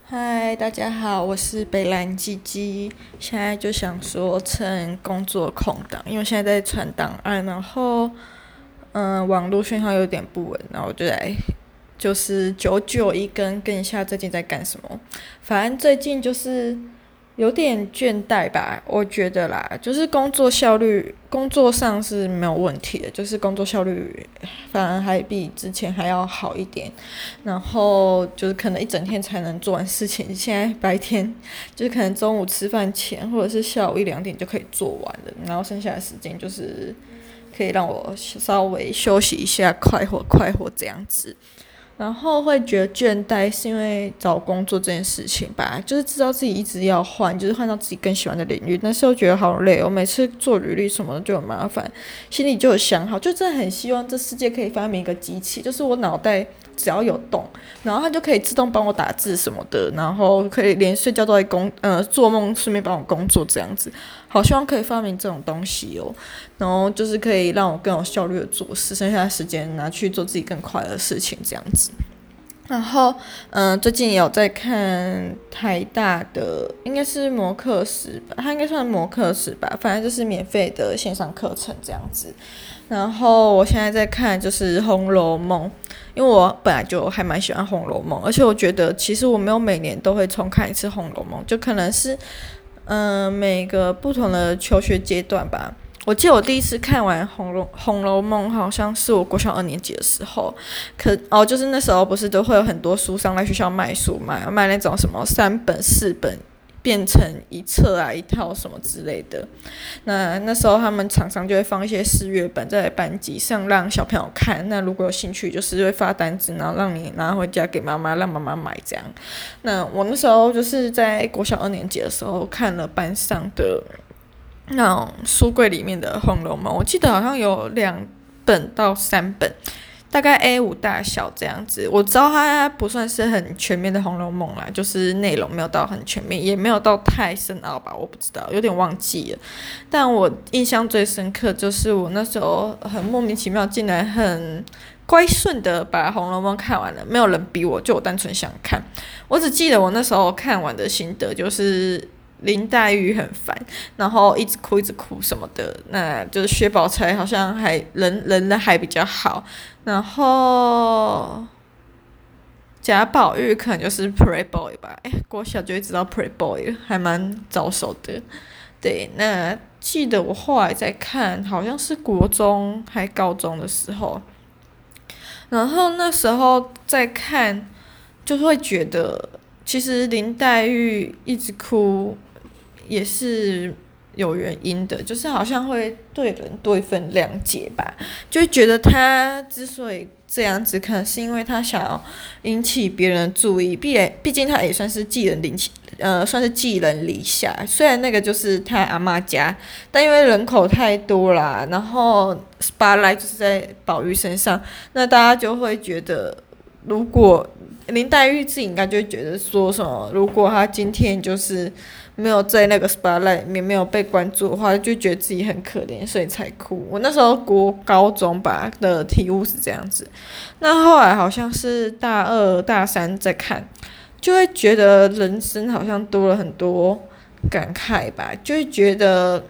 嗨，大家好，我是北兰鸡鸡。现在就想说趁工作空档，因为现在在传档案，然后网络讯号有点不稳，然后我就来就是久久一更一下最近在干什么。反正最近就是有点倦怠吧，我觉得啦，就是工作效率，工作上是没有问题的，就是工作效率反而还比之前还要好一点。然后就是可能一整天才能做完事情，现在白天就是可能中午吃饭前或者是下午1、2点就可以做完了，然后剩下的时间就是可以让我稍微休息一下，快活这样子。然后会觉得倦怠，是因为找工作这件事情吧，就是知道自己一直要换，就是换到自己更喜欢的领域，但是又觉得好累哦。我每次做履历什么的就很麻烦，心里就有想好，就真的很希望这世界可以发明一个机器，就是我脑袋只要有动，然后它就可以自动帮我打字什么的，然后可以连睡觉都在做梦，顺便帮我工作这样子。好希望可以发明这种东西哦，然后就是可以让我更有效率的做事，剩下的时间拿去做自己更快乐的事情这样子。然后，最近也有在看台大的，应该是模课时吧，它应该算模课时吧，反正就是免费的线上课程这样子。然后我现在在看就是《红楼梦》，因为我本来就还蛮喜欢《红楼梦》，而且我觉得其实我没有每年都会重看一次《红楼梦》，就可能是每个不同的求学阶段吧。我记得我第一次看完《红楼梦》，好像是我国小2年级的时候，就是那时候不是都会有很多书商来学校卖书卖那种什么3本4本变成一册啊一套什么之类的。那时候他们厂商就会放一些4月本在班级上让小朋友看，那如果有兴趣就是会发单子，然后让你拿回家给妈妈，让妈妈买这样。那我那时候就是在国小2年级的时候看了班上的那种书柜里面的《红楼梦》，我记得好像有2本到3本，大概 A5大小这样子。我知道它不算是很全面的《红楼梦》啦，就是内容没有到很全面，也没有到太深奥吧，我不知道，有点忘记了。但我印象最深刻就是我那时候很莫名其妙，竟然很乖顺的把《红楼梦》看完了，没有人逼我，就我单纯想看。我只记得我那时候看完的心得就是林黛玉很烦，然后一直哭什么的。那就是薛宝钗好像还人还比较好，然后贾宝玉可能就是 playboy 吧。国小就会知道 playboy 了，还蛮早熟的。对，那记得我后来在看，好像是国中还高中的时候，然后那时候在看，就会觉得其实林黛玉一直哭也是有原因的，就是好像会对人多一份谅解吧，就会觉得他之所以这样子，可能是因为他想要引起别人的注意，毕竟他也算是算是寄人篱下。虽然那个就是他阿嬷家，但因为人口太多啦，然后 spotlight 就是在宝玉身上，那大家就会觉得，如果林黛玉自己应该就会觉得说什么，如果她今天就是没有在那个 spotlight 里面没有被关注的话，就觉得自己很可怜，所以才哭。我那时候国高中吧的体悟是这样子，那后来好像是大二大三在看，就会觉得人生好像多了很多感慨吧，就会觉得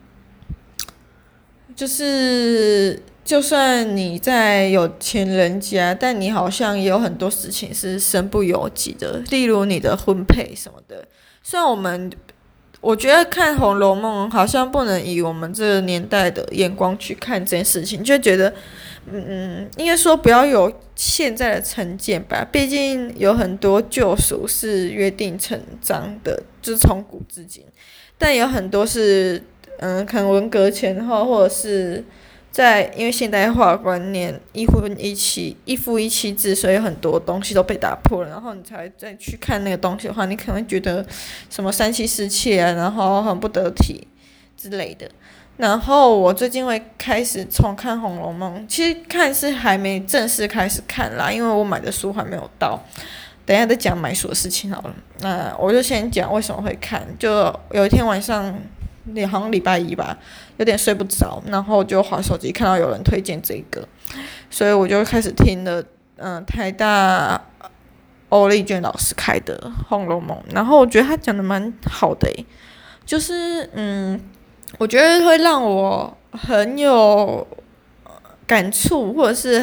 就算你在有钱人家，但你好像也有很多事情是身不由己的，例如你的婚配什么的。虽然我觉得看《红楼梦》好像不能以我们这个年代的眼光去看这件事情，就觉得，应该说不要有现在的成见吧。毕竟有很多旧俗是约定成章的，就是从古至今，但有很多是，可能文革前后，或者是因为现代化观念一婚一妻一夫一妻制，所以很多东西都被打破了，然后你才再去看那个东西的话，你可能会觉得什么三妻四妾啊，然后很不得体之类的。然后我最近会开始重看《红楼梦》，其实看是还没正式开始看啦，因为我买的书还没有到。等一下再讲买书的事情好了。那我就先讲为什么会看。就有一天晚上，好像礼拜一吧，有点睡不着，然后就滑手机看到有人推荐这个，所以我就开始听了。台大欧丽娟老师开的《红楼梦》，然后我觉得他讲的蛮好的就是我觉得会让我很有感触，或者是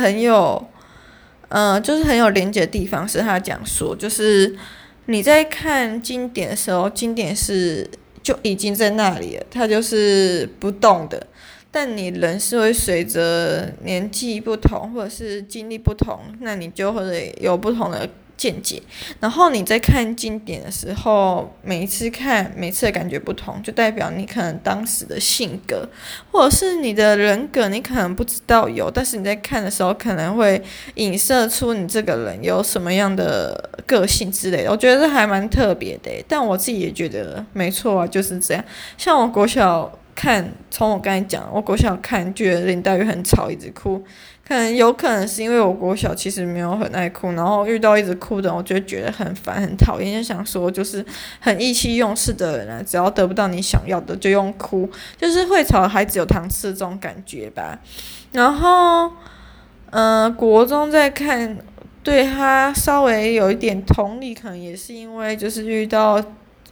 就是很有连结的地方，是他讲说，就是你在看经典的时候，经典是就已经在那里了，它就是不动的。但你人是会随着年纪不同，或者是经历不同，那你就会有不同的见解。然后你在看经典的时候，每一次看，每次的感觉不同，就代表你可能当时的性格，或者是你的人格，你可能不知道有，但是你在看的时候，可能会影射出你这个人有什么样的个性之类的。我觉得这还蛮特别的但我自己也觉得没错啊，就是这样。像我国小看，从我刚才讲，我国小看觉得林黛玉很吵，一直哭，有可能是因为我国小其实没有很爱哭，然后遇到一直哭的人，我就会觉得很烦很讨厌，就想说就是很意气用事的人啊，只要得不到你想要的就用哭，就是会吵的孩子有糖吃这种感觉吧。然后国中在看，对他稍微有一点同理，可能也是因为就是遇到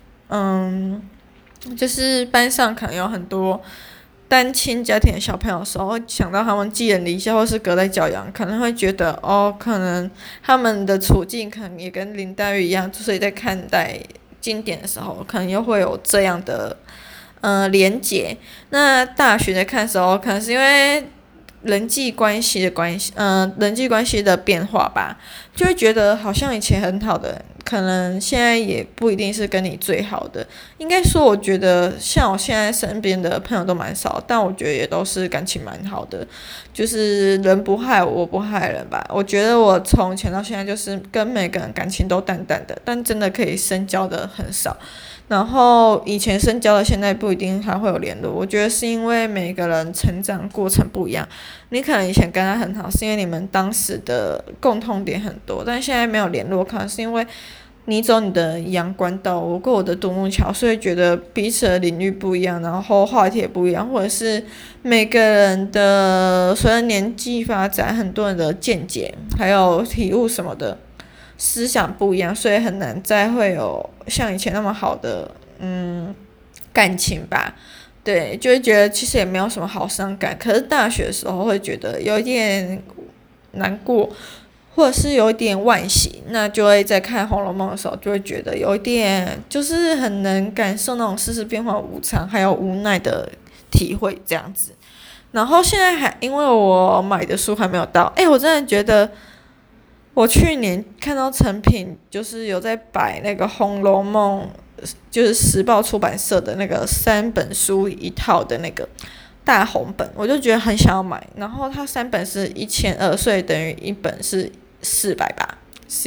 就是班上可能有很多单亲家庭的小朋友的时候，会想到他们寄人篱下或是隔代教养，可能会觉得可能他们的处境可能也跟林黛玉一样，所以在看待经典的时候，可能又会有这样的连结。那大学在看的时候，可能是因为人际关系的变化吧，就会觉得好像以前很好的人，可能现在也不一定是跟你最好的。应该说，我觉得像我现在身边的朋友都蛮少，但我觉得也都是感情蛮好的，就是人不害我，我不害人吧。我觉得我从前到现在就是跟每个人感情都淡淡的，但真的可以深交的很少。然后以前深交的，现在不一定还会有联络。我觉得是因为每个人成长过程不一样，你可能以前跟他很好，是因为你们当时的共同点很多，但现在没有联络，可能是因为你走你的阳关道，我过我的独木桥，所以觉得彼此的领域不一样，然后话题也不一样，或者是每个人的随着年纪发展，很多人的见解还有体悟什么的思想不一样，所以很难再会有像以前那么好的感情吧。对，就会觉得其实也没有什么好伤感，可是大学的时候会觉得有一点难过，或者是有一点惋惜，那就会在看《红楼梦》的时候，就会觉得有一点就是很能感受那种世事变化无常，还有无奈的体会这样子。然后现在还因为我买的书还没有到，我真的觉得我去年看到成品就是有在摆那个《红楼梦》，就是时报出版社的那个3本书一套的那个大红本，我就觉得很想要买。然后它3本是1200，所以等于1本是400吧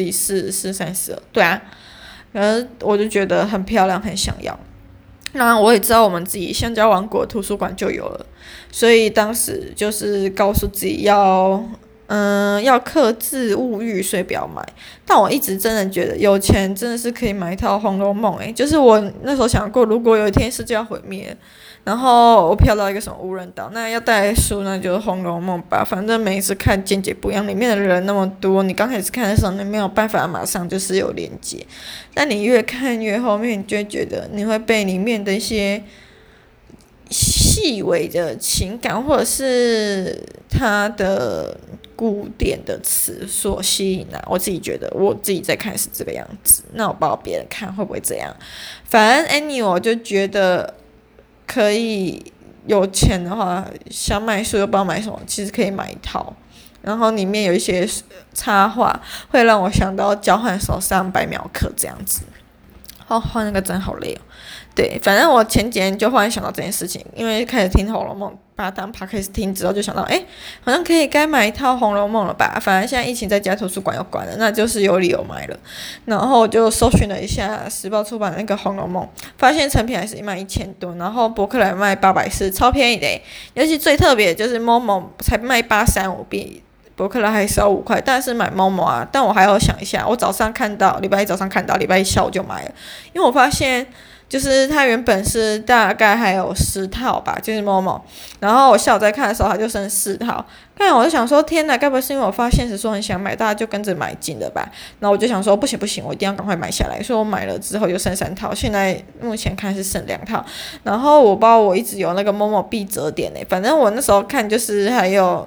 ，1442，对啊。然后我就觉得很漂亮，很想要。那我也知道我们自己香蕉王国图书馆就有了，所以当时就是告诉自己要克制物欲，所以不要买。但我一直真的觉得有钱真的是可以买一套《红楼梦》就是我那时候想过，如果有一天世界要毁灭，然后我飘到一个什么无人岛，那要带来书那就是《红楼梦》吧。反正每一次看见解不一样，里面的人那么多，你刚开始看的时候你没有办法马上就是有连接，但你越看越后面，你就会觉得你会被里面的一些细微的情感，或者是它的古典的词所吸引我自己觉得我自己在看是这个样子，那我不知道别人看会不会这样。反正 anyway 我就觉得可以，有钱的话想买书又不知道买什么，其实可以买一套，然后里面有一些插画会让我想到交换手上100秒课这样子。画那个真好累对，反正我前几天就忽然想到这件事情，因为开始听《红楼梦》，把它当 podcast 听之后，就想到，好像该买一套《红楼梦》了吧？反正现在疫情在家，图书馆又关了，那就是有理由买了。然后我就搜寻了一下时报出版的那个《红楼梦》，发现成品还是卖1000多，然后博客来卖840，超便宜的尤其最特别的就是 Momo 才卖835，比博客来还少5块，但是买 Momo 啊，但我还要想一下，我早上看到，礼拜一早上看到，礼拜一下午就买了，因为我发现。就是它原本是大概还有10套吧，就是 Momo， 然后我下午在看的时候，它就剩4套。 看我就想说，天哪，该不会是因为我发现实说很想买，大家就跟着买进了吧？然后我就想说，不行不行，我一定要赶快买下来。所以我买了之后就剩3套，现在目前看是剩2套。然后我不知道我一直有那个某某币折点反正我那时候看就是还有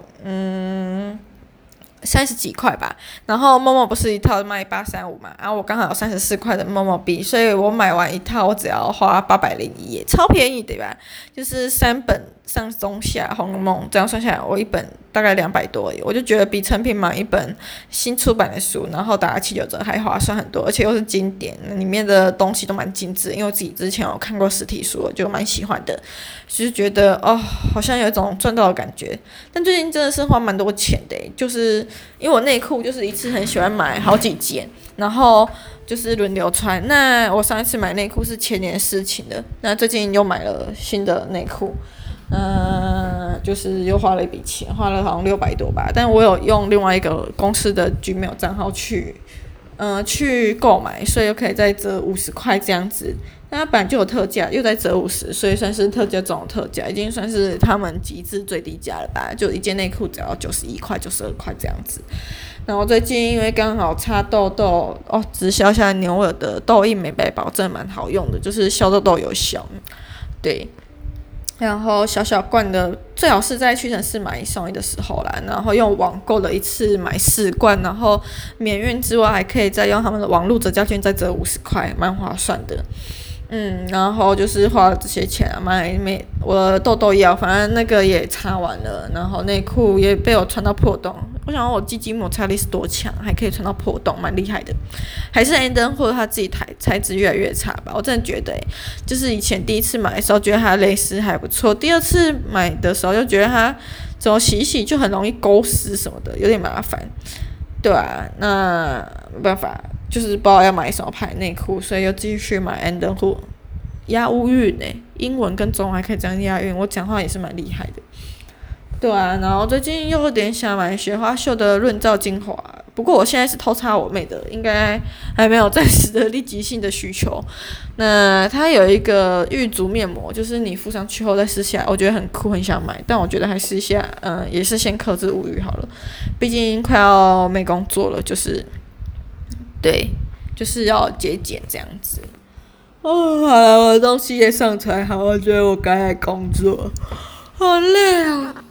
30几块吧，然后某某不是一套卖835嘛，然后我刚好有34块的某某币，所以我买完一套我只要花801耶，超便宜对吧？就是3本上中下《红楼梦》这样算下来，我一本大概200多而已，我就觉得比成品买一本新出版的书，然后打79折还划算很多，而且又是经典，里面的东西都蛮精致，因为我自己之前有看过实体书，就蛮喜欢的，就是觉得好像有一种赚到的感觉。但最近真的是花蛮多钱的就是因为我内裤就是一次很喜欢买好几件，然后就是轮流穿。那我上一次买内裤是前年事情的，那最近又买了新的内裤，就是又花了一笔钱，花了好像600多吧。但我有用另外一个公司的 Gmail 账号去购买，所以又可以再折50块这样子。那它本来就有特价，又再折50，所以算是特价中的特价，已经算是他们极致最低价了吧？就一件内裤只要91块、92块这样子。然后最近因为刚好擦痘痘直销下牛耳的痘印美白宝真的蛮好用的，就是消痘痘有效，对。然后小小罐的最好是在屈臣氏买1送1的时候啦，然后用网购的一次买4罐，然后免运之外还可以再用他们的网络折价券再折50块，蛮划算的。然后就是花了这些钱买我的痘痘药，反正那个也擦完了，然后内裤也被我穿到破洞。我想我鸡鸡摩擦力是多强，还可以穿到破洞，蛮厉害的。还是Anden或者他自己材质越来越差吧，我真的觉得就是以前第一次买的时候觉得它的蕾丝还不错，第二次买的时候就觉得它怎么洗一洗就很容易勾丝什么的，有点麻烦。对啊，那没办法，就是不知道要买什么牌内裤，所以又继续买 Anden 裤，押乌韵英文跟中文还可以这样押韵，我讲话也是蛮厉害的。对啊，然后最近又有点想买雪花秀的润燥精华，不过我现在是偷擦我妹的，应该还没有暂时的立即性的需求。那它有一个玉足面膜，就是你敷上去后再撕下来，我觉得很酷，很想买，但我觉得还是也是先克制物欲好了，毕竟快要没工作了，对，就是要节俭这样子。好了，我的东西也上传好，我觉得我该来工作，好累啊。